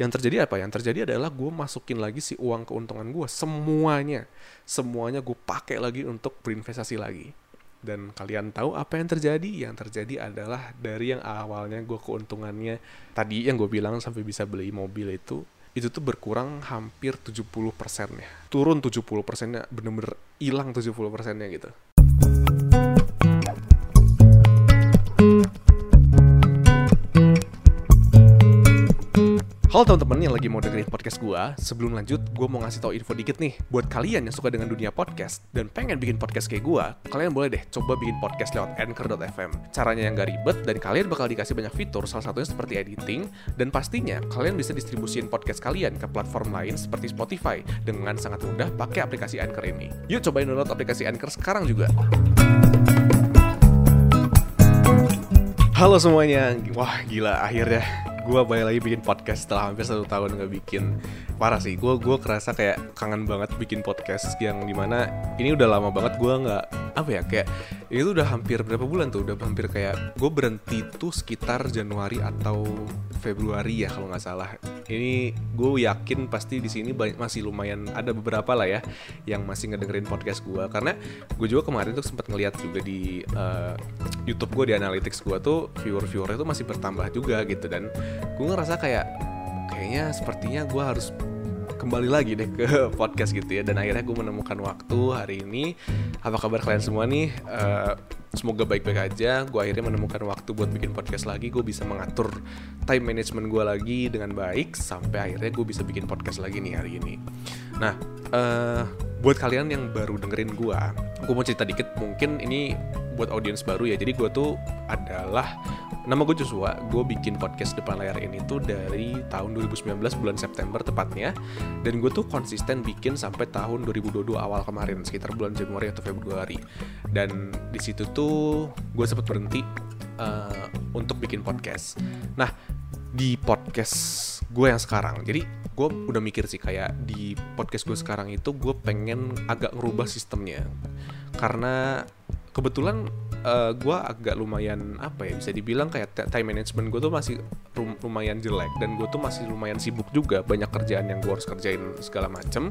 Yang terjadi apa? Yang terjadi adalah gue masukin lagi si uang keuntungan gue, semuanya gue pakai lagi untuk berinvestasi lagi. Dan kalian tahu apa yang terjadi? Yang terjadi adalah dari yang awalnya gue keuntungannya tadi yang gue bilang sampai bisa beli mobil itu tuh berkurang hampir 70% ya. Turun 70%-nya, bener-bener hilang 70%-nya gitu. Halo teman-teman yang lagi mau dengerin podcast gue. Sebelum lanjut, gue mau ngasih tau info dikit nih. Buat kalian yang suka dengan dunia podcast dan pengen bikin podcast kayak gue, kalian boleh deh coba bikin podcast lewat Anchor.fm. Caranya yang gak ribet dan kalian bakal dikasih banyak fitur, salah satunya seperti editing. Dan pastinya kalian bisa distribusiin podcast kalian ke platform lain seperti Spotify dengan sangat mudah pakai aplikasi Anchor ini. Yuk cobain download aplikasi Anchor sekarang juga. Halo semuanya. Wah gila, akhirnya gue balik lagi bikin podcast setelah hampir 1 tahun gak bikin. Parah sih, gue kerasa kayak kangen banget bikin podcast yang dimana ini udah lama banget gue gak, kayak ini tuh udah hampir berapa bulan tuh, udah hampir kayak gue berhenti tuh sekitar Januari atau Februari ya kalau nggak salah. Ini gue yakin pasti di sini masih lumayan ada beberapa lah ya yang masih ngedengerin podcast gue, karena gue juga kemarin tuh sempat ngeliat juga di YouTube gue, di analytics gue tuh viewernya tuh masih bertambah juga gitu. Dan gue ngerasa kayaknya sepertinya gue harus kembali lagi deh ke podcast gitu ya. Dan akhirnya gue menemukan waktu hari ini. Apa kabar kalian semua nih? Semoga baik-baik aja. Gue akhirnya menemukan waktu buat bikin podcast lagi. Gue bisa mengatur time management gue lagi dengan baik, sampai akhirnya gue bisa bikin podcast lagi nih hari ini. Nah, buat kalian yang baru dengerin gue mau cerita dikit. Mungkin ini buat audiens baru ya. Jadi gue tuh adalah, nama gue Joshua. Gue bikin podcast Depan Layar ini tuh dari tahun 2019 bulan September tepatnya. Dan gue tuh konsisten bikin sampai tahun 2022 awal kemarin, sekitar bulan Januari atau Februari. Dan di situ tuh gue sempat berhenti untuk bikin podcast. Nah, di podcast gue yang sekarang, jadi gue udah mikir sih kayak di podcast gue sekarang itu gue pengen agak ngerubah sistemnya. Karena kebetulan gue agak lumayan bisa dibilang kayak time management gue tuh masih lumayan jelek, dan gue tuh masih lumayan sibuk juga, banyak kerjaan yang gue harus kerjain segala macem.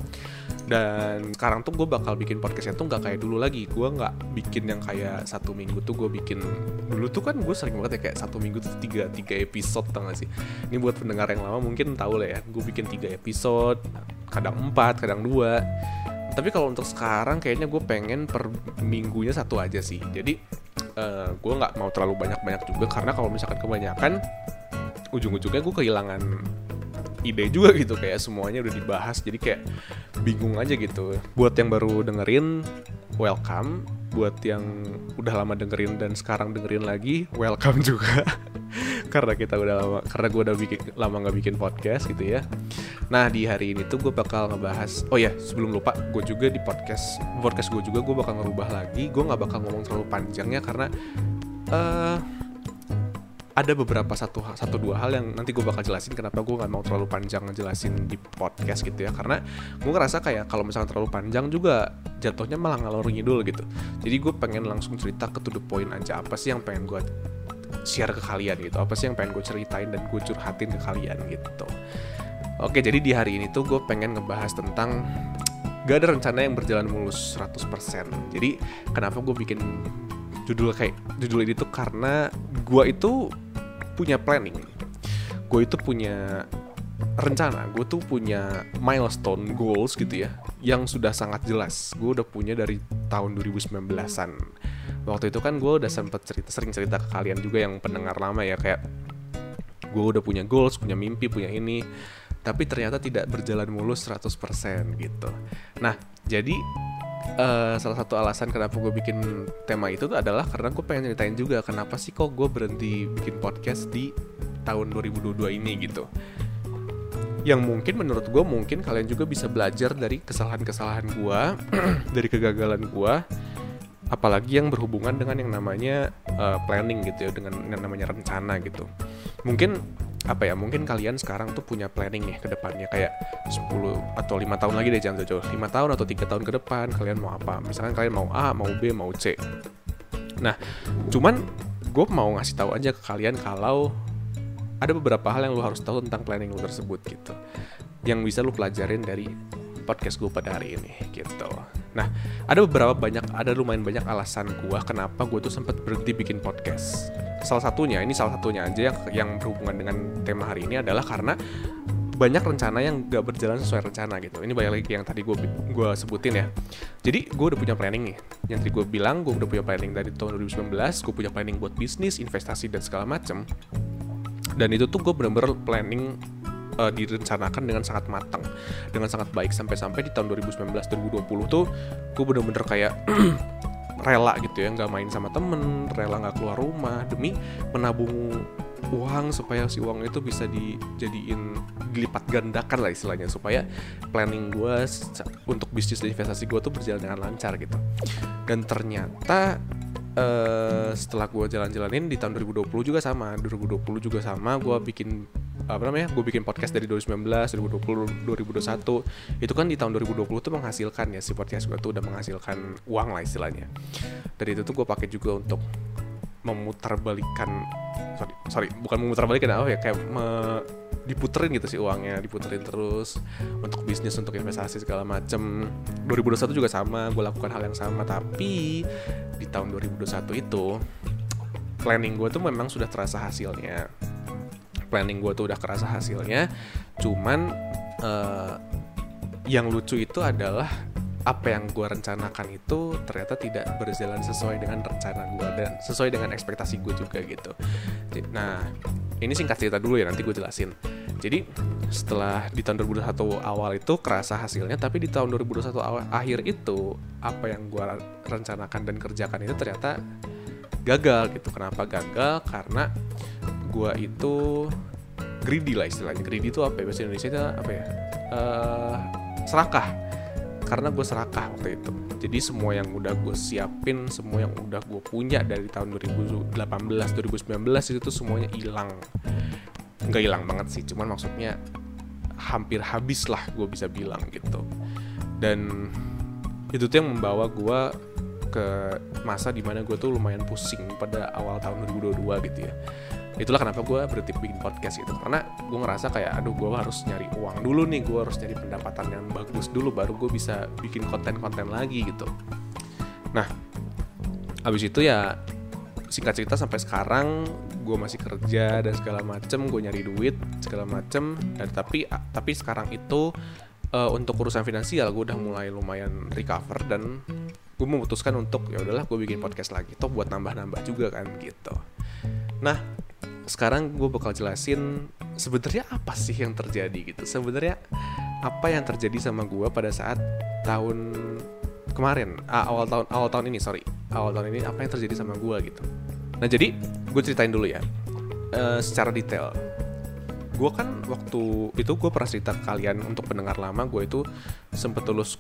Dan sekarang tuh gue bakal bikin podcastnya tuh nggak kayak dulu lagi. Gue nggak bikin yang kayak 1 minggu tuh gue bikin. Dulu tuh kan gue sering banget ya kayak 1 minggu tuh 3 episode, tau gak sih? Ini buat pendengar yang lama mungkin tahu lah ya, gue bikin 3 episode, kadang 4, kadang 2. Tapi kalau untuk sekarang kayaknya gue pengen per minggunya 1 aja sih. Jadi gue gak mau terlalu banyak-banyak juga, karena kalau misalkan kebanyakan ujung-ujungnya gue kehilangan ide juga gitu. Kayak semuanya udah dibahas, jadi kayak bingung aja gitu. Buat yang baru dengerin, welcome. Buat yang udah lama dengerin dan sekarang dengerin lagi, welcome juga. Karena gue udah lama gak bikin podcast gitu ya. Nah, di hari ini tuh gue bakal ngebahas, sebelum lupa, gue juga di podcast gue juga gue bakal ngerubah lagi. Gue gak bakal ngomong terlalu panjangnya, karena ada beberapa 1-2 hal yang nanti gue bakal jelasin kenapa gue gak mau terlalu panjang ngejelasin di podcast gitu ya. Karena gue ngerasa kayak kalau misalnya terlalu panjang juga jatuhnya malah ngalor ngidul gitu. Jadi gue pengen langsung cerita ke to the point aja, apa sih yang pengen gue share ke kalian gitu, apa sih yang pengen gue ceritain dan gue curhatin ke kalian gitu. Oke, jadi di hari ini tuh gue pengen ngebahas tentang gak ada rencana yang berjalan mulus 100%. Jadi kenapa gue bikin judul ini tuh karena gue itu punya planning, gue itu punya rencana, gue tuh punya milestone goals gitu ya, yang sudah sangat jelas. Gue udah punya dari tahun 2019-an. Waktu itu kan gue udah sering cerita ke kalian juga yang pendengar lama ya, kayak gue udah punya goals, punya mimpi, punya ini, tapi ternyata tidak berjalan mulus 100% gitu. Nah, jadi salah satu alasan kenapa gue bikin tema itu tuh adalah karena gue pengen ceritain juga kenapa sih kok gue berhenti bikin podcast di tahun 2022 ini gitu. Yang mungkin menurut gue, mungkin kalian juga bisa belajar dari kesalahan-kesalahan gue, dari kegagalan gue, apalagi yang berhubungan dengan yang namanya planning gitu ya, dengan yang namanya rencana gitu. Mungkin mungkin kalian sekarang tuh punya planning nih ke depannya, kayak 10 atau 5 tahun lagi deh, jangan jauh-jauh, 5 tahun atau 3 tahun ke depan kalian mau apa. Misalkan kalian mau A, mau B, mau C. Nah, cuman gue mau ngasih tahu aja ke kalian kalau ada beberapa hal yang lu harus tahu tentang planning lu tersebut gitu, yang bisa lu pelajarin dari podcast gue pada hari ini gitu. Nah, ada lumayan banyak alasan gue kenapa gue tuh sempat berhenti bikin podcast. Salah satunya aja yang berhubungan dengan tema hari ini adalah karena banyak rencana yang gak berjalan sesuai rencana gitu. Ini balik lagi yang tadi gue sebutin ya. Jadi gue udah punya planning nih. Yang tadi gue bilang, gue udah punya planning dari tahun 2019. Gue punya planning buat bisnis, investasi, dan segala macem. Dan itu tuh gue bener-bener planning direncanakan dengan sangat matang, dengan sangat baik. Sampai-sampai di tahun 2019-2020 tuh gue bener-bener kayak rela gitu ya, gak main sama temen, rela gak keluar rumah, demi menabung uang supaya si uang itu bisa dilipat gandakan lah istilahnya, supaya planning gue untuk bisnis dan investasi gue tuh berjalan dengan lancar gitu. Dan ternyata setelah gue jalan-jalanin di tahun 2020 juga sama, gue bikin podcast dari 2019, 2020, 2021. Itu kan di tahun 2020 tuh menghasilkan ya, si podcast gue tuh udah menghasilkan uang lah istilahnya. Dari itu tuh gue pakai juga untuk diputerin gitu sih uangnya, diputerin terus untuk bisnis, untuk investasi segala macem. 2021 juga sama, gue lakukan hal yang sama. Tapi di tahun 2021 itu planning gue tuh memang sudah terasa hasilnya. Cuman yang lucu itu adalah apa yang gue rencanakan itu ternyata tidak berjalan sesuai dengan rencana gue dan sesuai dengan ekspektasi gue juga gitu. Nah, ini singkat cerita dulu ya, nanti gue jelasin. Jadi setelah di tahun 2021 awal itu kerasa hasilnya, tapi di tahun 2021 akhir itu apa yang gue rencanakan dan kerjakan itu ternyata gagal gitu. Kenapa gagal? Karena gue itu greedy lah istilahnya. Greedy itu apa ya? Bahasa Indonesia itu apa ya? Serakah. Karena gue serakah waktu itu. Jadi semua yang udah gue siapin, semua yang udah gue punya dari tahun 2018, 2019 itu tuh semuanya hilang. Nggak hilang banget sih, cuman maksudnya hampir habis lah gue bisa bilang gitu. Dan itu tuh yang membawa gue ke masa dimana gue tuh lumayan pusing pada awal tahun 2022 gitu ya. Itulah kenapa gue berhenti bikin podcast gitu, karena gue ngerasa kayak gue harus nyari uang dulu nih, gue harus nyari pendapatan yang bagus dulu baru gue bisa bikin konten-konten lagi gitu. Nah, abis itu ya singkat cerita sampai sekarang gue masih kerja dan segala macem, gue nyari duit segala macem. Dan tapi sekarang itu untuk urusan finansial gue udah mulai lumayan recover, dan gue memutuskan untuk ya udahlah gue bikin podcast lagi, toh buat nambah-nambah juga kan gitu. Nah, sekarang gue bakal jelasin sebenarnya apa sih yang terjadi gitu. Sebenarnya apa yang terjadi sama gue pada saat tahun kemarin, awal tahun ini apa yang terjadi sama gue gitu. Nah, jadi gue ceritain dulu ya secara detail. Gue kan waktu itu gue pernah cerita ke kalian, untuk pendengar lama, gue itu sempet lulus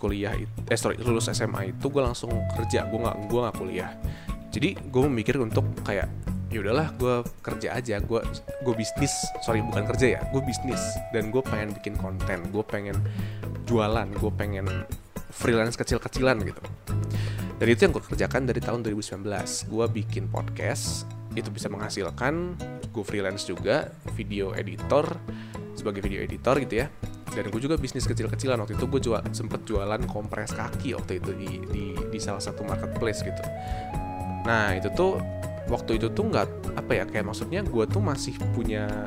SMA itu gue langsung kerja, gue nggak kuliah. Jadi gue memikir untuk kayak yaudahlah gue kerja aja, gue bisnis, bukan kerja ya, gue bisnis. Dan gue pengen bikin konten, gue pengen jualan, gue pengen freelance kecil-kecilan gitu. Dan itu yang gue kerjakan dari tahun 2019. Gue bikin podcast, itu bisa menghasilkan. Gue freelance juga, sebagai video editor gitu ya. Dan gue juga bisnis kecil-kecilan. Waktu itu gue sempet jualan kompres kaki waktu itu di salah satu marketplace gitu. Nah, itu tuh waktu itu tuh nggak apa ya, kayak maksudnya gue tuh masih punya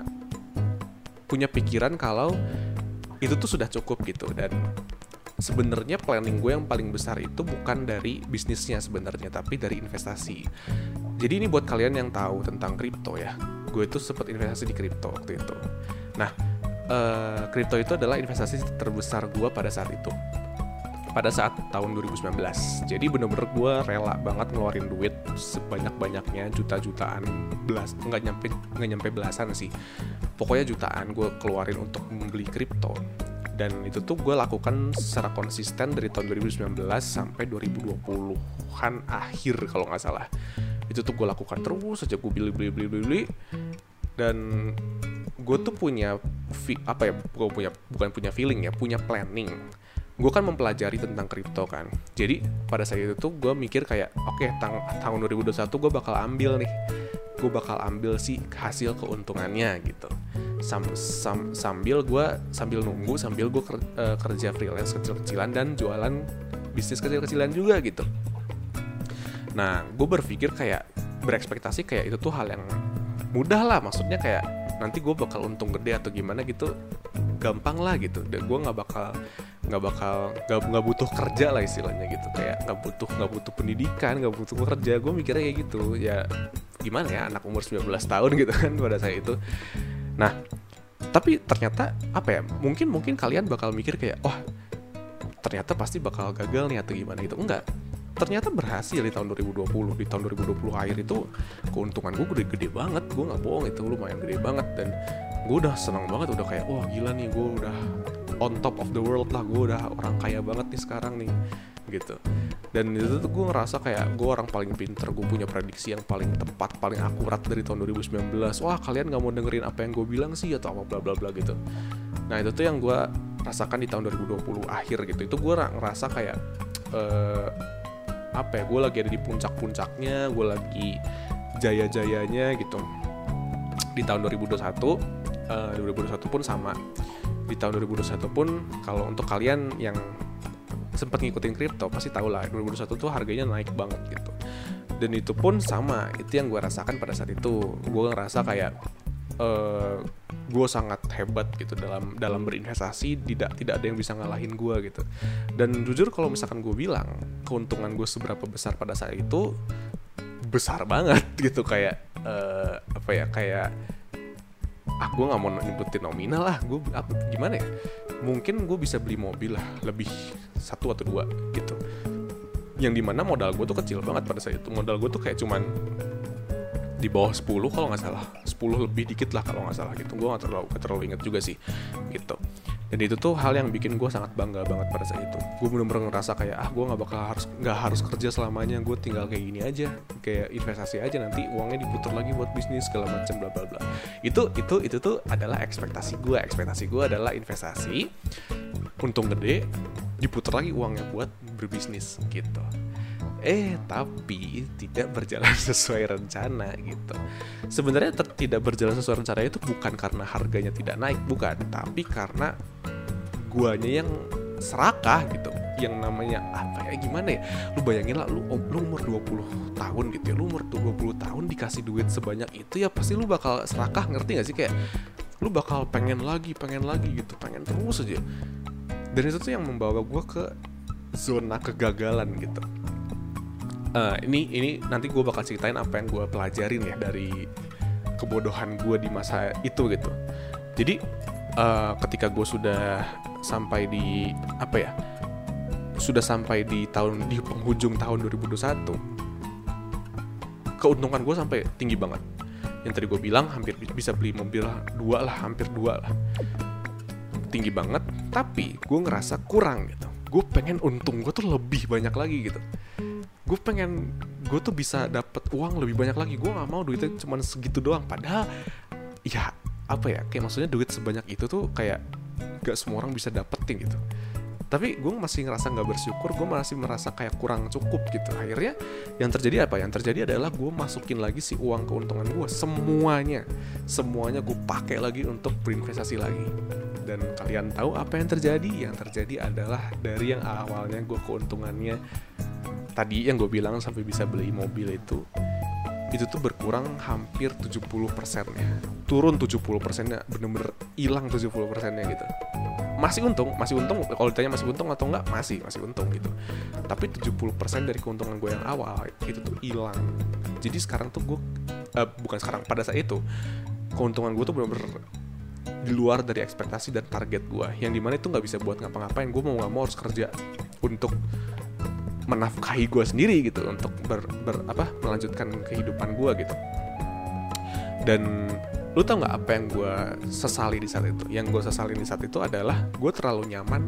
pikiran kalau itu tuh sudah cukup gitu. Dan sebenarnya planning gue yang paling besar itu bukan dari bisnisnya sebenarnya, tapi dari investasi. Jadi ini buat kalian yang tahu tentang kripto ya, gue itu sempat investasi di kripto waktu itu. Nah, kripto itu adalah investasi terbesar gue pada saat itu, pada saat tahun 2019. Jadi bener-bener gue rela banget ngeluarin duit sebanyak-banyaknya, juta-jutaan, nggak nyampe belasan sih, pokoknya jutaan gue keluarin untuk membeli kripto. Dan itu tuh gue lakukan secara konsisten dari tahun 2019 sampai 2020-an akhir kalau nggak salah. Itu tuh gue lakukan terus aja, gue beli. Dan gue tuh punya punya planning. Gue kan mempelajari tentang kripto kan. Jadi pada saat itu tuh gue mikir kayak oke, tahun 2021 gue bakal ambil nih gue bakal ambil sih hasil keuntungannya gitu. Sambil nunggu, sambil gue kerja freelance kecil-kecilan dan jualan bisnis kecil-kecilan juga gitu. Nah, gue berpikir kayak berekspektasi kayak itu tuh hal yang mudah lah, maksudnya kayak nanti gue bakal untung gede atau gimana gitu, gampang lah gitu. Dan gue nggak butuh kerja lah istilahnya gitu, kayak nggak butuh pendidikan, nggak butuh kerja. Gue mikirnya kayak gitu, ya gimana ya, anak umur 19 tahun gitu kan pada saat itu. Nah, tapi ternyata apa ya, mungkin kalian bakal mikir kayak, wah ternyata pasti bakal gagal nih atau gimana gitu. Enggak, ternyata berhasil di tahun 2020. Di tahun 2020 akhir itu keuntungan gue gede banget, gue nggak bohong, itu lumayan gede banget. Dan gue udah senang banget, udah kayak wah gila nih, gue udah on top of the world lah, gue udah orang kaya banget nih sekarang nih gitu. Dan itu tuh gue ngerasa kayak gue orang paling pinter, gue punya prediksi yang paling tepat, paling akurat dari tahun 2019. Wah kalian nggak mau dengerin apa yang gue bilang sih atau apa bla bla bla gitu. Nah itu tuh yang gue rasakan di tahun 2020 akhir gitu. Itu gue ngerasa kayak apa ya, gue lagi ada di puncak-puncaknya, gue lagi jaya-jayanya gitu. Di tahun 2021 pun sama. Di tahun 2021 pun kalau untuk kalian yang sempat ngikutin kripto pasti tahu lah, 2021 tuh harganya naik banget gitu. Dan itu pun sama, itu yang gue rasakan pada saat itu. Gue ngerasa kayak gue sangat hebat gitu dalam berinvestasi, tidak ada yang bisa ngalahin gue gitu. Dan jujur kalau misalkan gue bilang keuntungan gue seberapa besar pada saat itu, besar banget gitu, kayak apa ya, kayak gue nggak mau nyebutin nominal lah, gue gimana ya, mungkin gue bisa beli mobil lah lebih 1 atau 2 gitu, yang dimana modal gue tuh kecil banget pada saat itu. Modal gue tuh kayak cuman di bawah 10 kalau nggak salah, 10 lebih dikit lah kalau nggak salah gitu. Gue nggak terlalu inget juga sih gitu. Dan itu tuh hal yang bikin gue sangat bangga banget pada saat itu. Gue bener-bener ngerasa kayak gue nggak harus kerja selamanya, gue tinggal kayak gini aja, kayak investasi aja, nanti uangnya diputar lagi buat bisnis segala macam bla bla bla. Itu tuh adalah ekspektasi gue. Ekspektasi gue adalah investasi, untung gede, diputar lagi uangnya buat berbisnis gitu. Tapi tidak berjalan sesuai rencana gitu. Sebenarnya tidak berjalan sesuai rencana itu bukan karena harganya tidak naik, bukan, tapi karena guanya yang serakah gitu. Yang namanya apa ya, gimana ya, lu bayangin lah, lu umur 20 tahun gitu ya, lu umur 20 tahun dikasih duit sebanyak itu, ya pasti lu bakal serakah, ngerti gak sih, kayak lu bakal pengen lagi gitu, pengen terus aja. Dan itu tuh yang membawa gue ke zona kegagalan gitu. Ini nanti gue bakal ceritain apa yang gue pelajarin ya dari kebodohan gue di masa itu gitu. Jadi ketika gue sudah sampai di di penghujung tahun 2021, keuntungan gue sampai tinggi banget. Yang tadi gue bilang hampir bisa beli mobil hampir 2 lah, tinggi banget. Tapi gue ngerasa kurang gitu. Gue pengen untung gue tuh lebih banyak lagi gitu. Gue tuh bisa dapet uang lebih banyak lagi. Gue nggak mau duitnya cuma segitu doang. Padahal ya apa ya, kayak maksudnya duit sebanyak itu tuh kayak gak semua orang bisa dapetin gitu. Tapi gue masih ngerasa gak bersyukur, gue masih merasa kayak kurang cukup gitu. Akhirnya yang terjadi apa? Yang terjadi adalah gue masukin lagi si uang keuntungan gue, semuanya gue pakai lagi untuk berinvestasi lagi. Dan kalian tahu apa yang terjadi? Yang terjadi adalah dari yang awalnya gue keuntungannya tadi yang gue bilang sampai bisa beli mobil itu tuh berkurang hampir 70% ya. Turun 70%-nya, bener-bener hilang 70%-nya gitu. Masih untung, kalau ditanya masih untung atau enggak, masih untung gitu. Tapi 70% dari keuntungan gue yang awal itu tuh hilang. Jadi sekarang tuh gue pada saat itu keuntungan gue tuh bener-bener di luar dari ekspektasi dan target gue, yang dimana itu nggak bisa buat ngapa-ngapain. Gue mau nggak mau harus kerja untuk menafkahi gue sendiri gitu, untuk melanjutkan kehidupan gue gitu. Dan lu tau nggak apa yang gue sesali di saat itu? Yang gue sesalin di saat itu adalah gue terlalu nyaman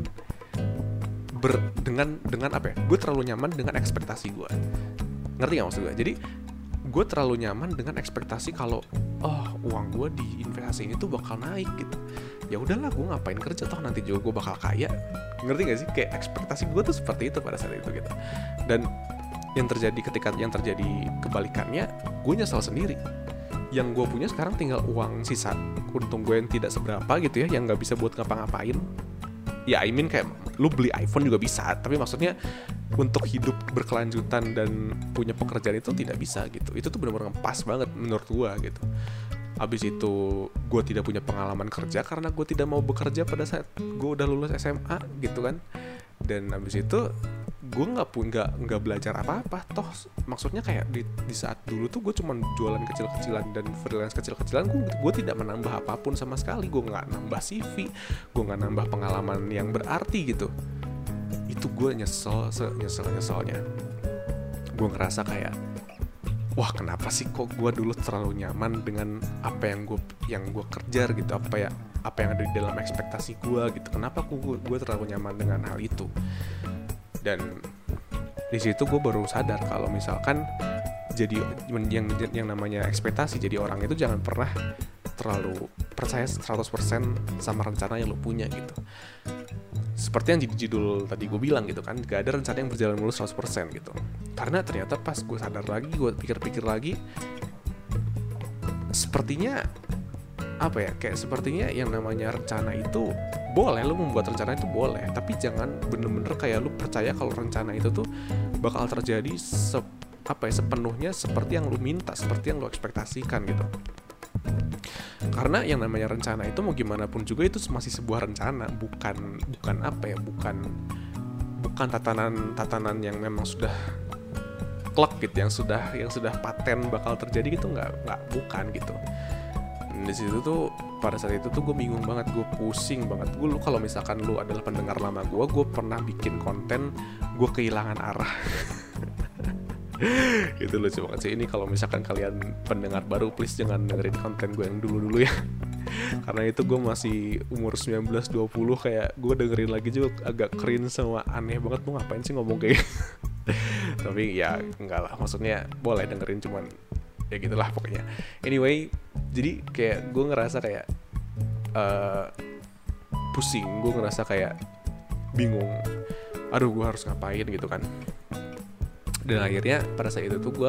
dengan apa ya? Gue terlalu nyaman dengan ekspektasi gue. Ngerti nggak maksud gue? Jadi gue terlalu nyaman dengan ekspektasi kalau uang gue di investasi ini tuh bakal naik gitu. Ya udahlah, gue ngapain kerja, toh nanti juga gue bakal kaya. Ngerti gak sih? Kayak ekspektasi gue tuh seperti itu pada saat itu gitu. Dan yang terjadi ketika yang terjadi kebalikannya, gue nyesal sendiri. yang gue punya sekarang tinggal uang sisa untung gue yang tidak seberapa gitu ya, yang nggak bisa buat ngapa-ngapain. Ya I mean kayak lu beli iPhone juga bisa, tapi maksudnya untuk hidup berkelanjutan dan punya pekerjaan itu tidak bisa gitu. Itu tuh benar-benar pas banget menurut gue gitu. Abis itu gue tidak punya pengalaman kerja karena gue tidak mau bekerja pada saat gue udah lulus SMA gitu kan. Dan abis itu gue nggak belajar apa-apa. Toh maksudnya kayak di saat dulu tuh gue cuma jualan kecil-kecilan dan freelance kecil-kecilan. Gue tidak menambah apapun sama sekali. Gue nggak nambah CV, gue nggak nambah pengalaman yang berarti gitu. Itu gue nyeselnya. Gue ngerasa kayak, wah kenapa sih kok gue dulu terlalu nyaman dengan apa yang gue kejar gitu, apa yang ada di dalam ekspektasi gue gitu. Kenapa gue terlalu nyaman dengan hal itu? Dan di situ gue baru sadar kalau misalkan jadi yang namanya ekspektasi jadi orang itu jangan pernah terlalu percaya 100% sama rencana yang lo punya gitu. Seperti yang di judul tadi gue bilang gitu kan, gak ada rencana yang berjalan mulus 100% gitu. Karena ternyata pas gue sadar lagi, gue pikir-pikir lagi, sepertinya yang namanya rencana itu boleh, lu membuat rencana itu boleh, tapi jangan bener-bener kayak lu percaya kalau rencana itu tuh bakal terjadi sepenuhnya seperti yang lu minta, seperti yang lu ekspektasikan gitu. Karena yang namanya rencana itu mau gimana pun juga itu masih sebuah rencana, bukan tatanan yang memang sudah klek gitu, yang sudah paten bakal terjadi gitu, bukan gitu. Di situ tuh pada saat itu tuh gue bingung banget, gue pusing banget. Gue kalau misalkan lu adalah pendengar lama gue pernah bikin konten gue kehilangan arah. Itu lucu banget sih. Ini kalau misalkan kalian pendengar baru, please jangan dengerin konten gue yang dulu ya. Karena itu gue masih umur 19-20, kayak gue dengerin lagi juga agak cringe sama aneh banget. Lu ngapain sih ngomong kayak gitu? Tapi ya enggak lah, maksudnya boleh dengerin, cuman ya gitulah pokoknya. Anyway, jadi kayak gue ngerasa kayak pusing, gue ngerasa kayak bingung, aduh gue harus ngapain gitu kan. Dan akhirnya pada saat itu tuh gue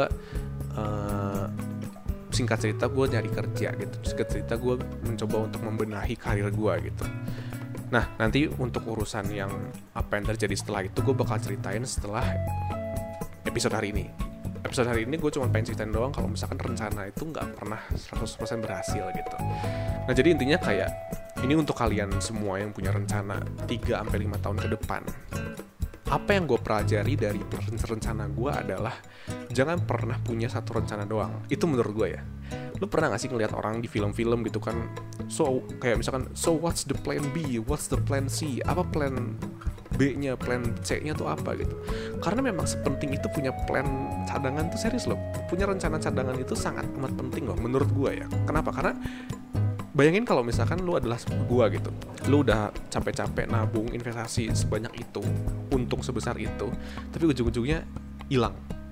singkat cerita gue nyari kerja gitu. Singkat cerita gue mencoba untuk membenahi karir gue gitu. Nah nanti untuk urusan yang apa yang terjadi setelah itu gue bakal ceritain setelah episode hari ini. Episode hari ini gue cuma pengen ceritain doang kalau misalkan rencana itu gak pernah 100% berhasil gitu. Nah jadi intinya kayak ini untuk kalian semua yang punya rencana 3-5 tahun ke depan. Apa yang gue pelajari dari rencana gue adalah jangan pernah punya satu rencana doang. Itu menurut gue ya. Lu pernah gak sih ngeliat orang di film-film gitu kan, so kayak misalkan, so what's the plan B, what's the plan C, apa plan B-nya, plan C-nya tuh apa gitu. Karena memang sepenting itu punya plan cadangan tuh, serius loh. Punya rencana cadangan itu sangat amat penting loh menurut gue ya. Kenapa? Karena bayangin kalau misalkan lu adalah gua gitu, lu udah capek-capek nabung investasi sebanyak itu, untung sebesar itu, tapi ujung-ujungnya hilang.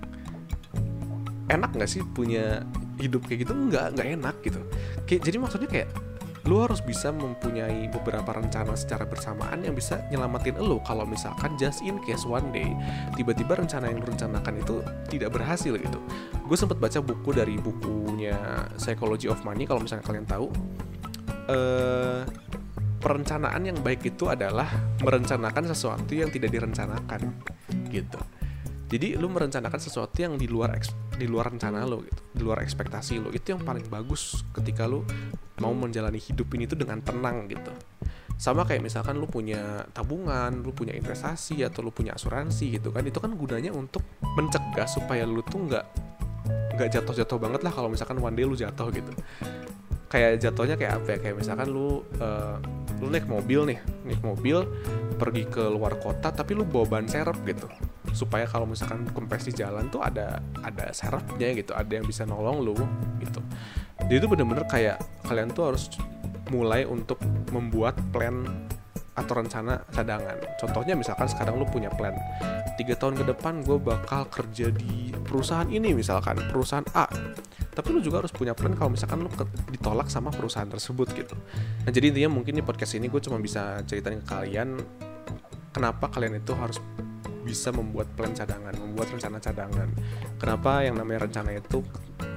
Enak nggak sih punya hidup kayak gitu? Nggak enak gitu. Jadi maksudnya kayak lu harus bisa mempunyai beberapa rencana secara bersamaan yang bisa nyelamatin lu kalau misalkan just in case one day tiba-tiba rencana yang lu rencanakan itu tidak berhasil gitu. Gue sempat baca buku dari bukunya Psychology of Money, kalau misalnya kalian tahu. Perencanaan yang baik itu adalah merencanakan sesuatu yang tidak direncanakan gitu. Jadi lu merencanakan sesuatu yang di luar rencana lo gitu, di luar ekspektasi lo. Itu yang paling bagus ketika lu mau menjalani hidup ini tuh dengan tenang gitu. Sama kayak misalkan lu punya tabungan, lu punya investasi, atau lu punya asuransi gitu kan. Itu kan gunanya untuk mencegah supaya lu tuh nggak jatuh-jatuh banget lah kalau misalkan one day lu jatuh gitu. Kayak jatuhnya kayak apa ya? Kayak misalkan lu naik mobil pergi ke luar kota, tapi lu bawa ban serep gitu, supaya kalau misalkan kempes di jalan tuh ada serepnya gitu, ada yang bisa nolong lu gitu. Jadi itu bener-bener kayak kalian tuh harus mulai untuk membuat plan atau rencana cadangan. Contohnya misalkan sekarang lu punya plan 3 tahun ke depan gue bakal kerja di perusahaan ini, misalkan perusahaan A. Tapi lu juga harus punya plan kalau misalkan lu ditolak sama perusahaan tersebut gitu. Nah jadi intinya mungkin di podcast ini gue cuma bisa ceritain ke kalian kenapa kalian itu harus bisa membuat plan cadangan, membuat rencana cadangan. Kenapa yang namanya rencana itu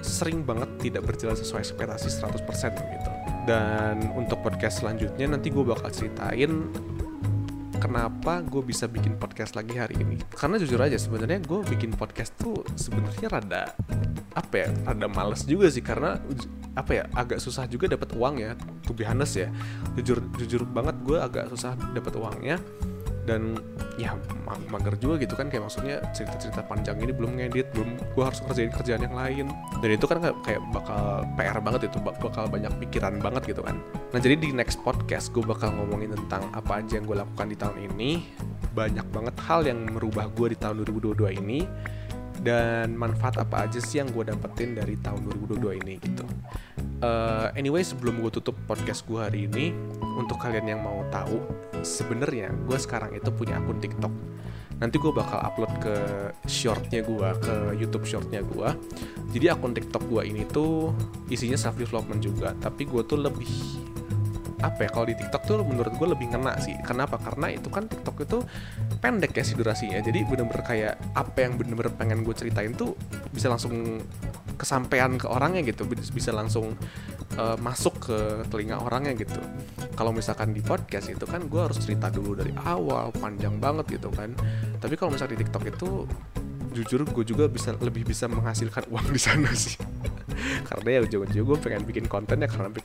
sering banget tidak berjalan sesuai ekspektasi 100% gitu. Dan untuk podcast selanjutnya nanti gue bakal ceritain kenapa gue bisa bikin podcast lagi hari ini. Karena jujur aja sebenarnya gue bikin podcast tuh sebenarnya rada males juga sih, karena agak susah juga dapat uang ya, to be honest ya. Jujur banget gue agak susah dapat uangnya. Dan ya mager juga gitu kan, kayak maksudnya cerita-cerita panjang ini belum ngedit, belum gue harus ngerjain kerjaan yang lain, dan itu kan kayak bakal PR banget, itu bakal banyak pikiran banget gitu kan. Nah jadi di next podcast gue bakal ngomongin tentang apa aja yang gue lakukan di tahun ini, banyak banget hal yang merubah gue di tahun 2022 ini, dan manfaat apa aja sih yang gue dapetin dari tahun 2022 ini gitu. Anyway, sebelum gue tutup podcast gue hari ini, untuk kalian yang mau tahu, sebenarnya gue sekarang itu punya akun TikTok. Nanti gue bakal upload ke shortnya gue, ke YouTube shortnya gue. Jadi akun TikTok gue ini tuh isinya self development juga, tapi gue tuh lebih kalau di TikTok tuh menurut gue lebih ngena sih. Kenapa? Karena itu kan TikTok itu pendek ya sih durasinya. Jadi bener-bener kayak apa yang bener-bener pengen gue ceritain tuh bisa langsung kesampaian ke orangnya gitu, bisa langsung masuk ke telinga orangnya gitu. Kalau misalkan di podcast itu kan gue harus cerita dulu dari awal, panjang banget gitu kan. Tapi kalau misalkan di TikTok itu jujur gue juga lebih bisa menghasilkan uang di sana sih. Karena ya ujung-ujung gue pengen bikin konten ya karena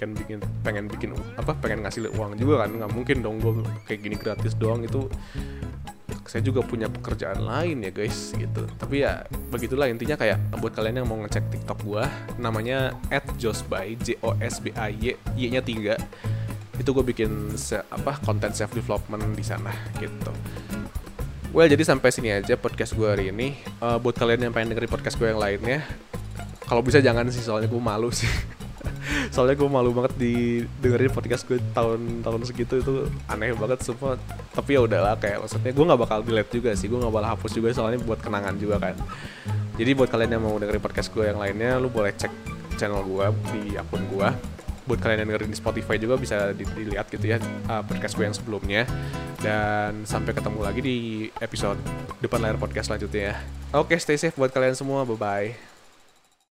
pengen ngasih uang juga kan. Nggak mungkin dong gue kayak gini gratis doang, itu saya juga punya pekerjaan lain ya guys gitu. Tapi ya begitulah intinya. Kayak buat kalian yang mau ngecek TikTok gue, namanya @josby, JOSBAY, Y-nya 3. Itu gue bikin konten self development di sana gitu. Well, jadi sampai sini aja podcast gue hari ini. Buat kalian yang pengen dengerin podcast gue yang lainnya, kalau bisa jangan sih, soalnya gue malu sih. Soalnya gue malu banget dengerin podcast gue tahun segitu, itu aneh banget semua. Tapi ya udahlah, kayak maksudnya gue nggak bakal delete juga sih, gue nggak bakal hapus juga, soalnya buat kenangan juga kan. Jadi buat kalian yang mau dengerin podcast gue yang lainnya, lu boleh cek channel gue di akun gue. Buat kalian yang dengerin di Spotify juga bisa dilihat gitu ya podcast gue yang sebelumnya. Dan sampai ketemu lagi di episode Depan Layar Podcast selanjutnya ya. Oke, stay safe buat kalian semua, bye bye.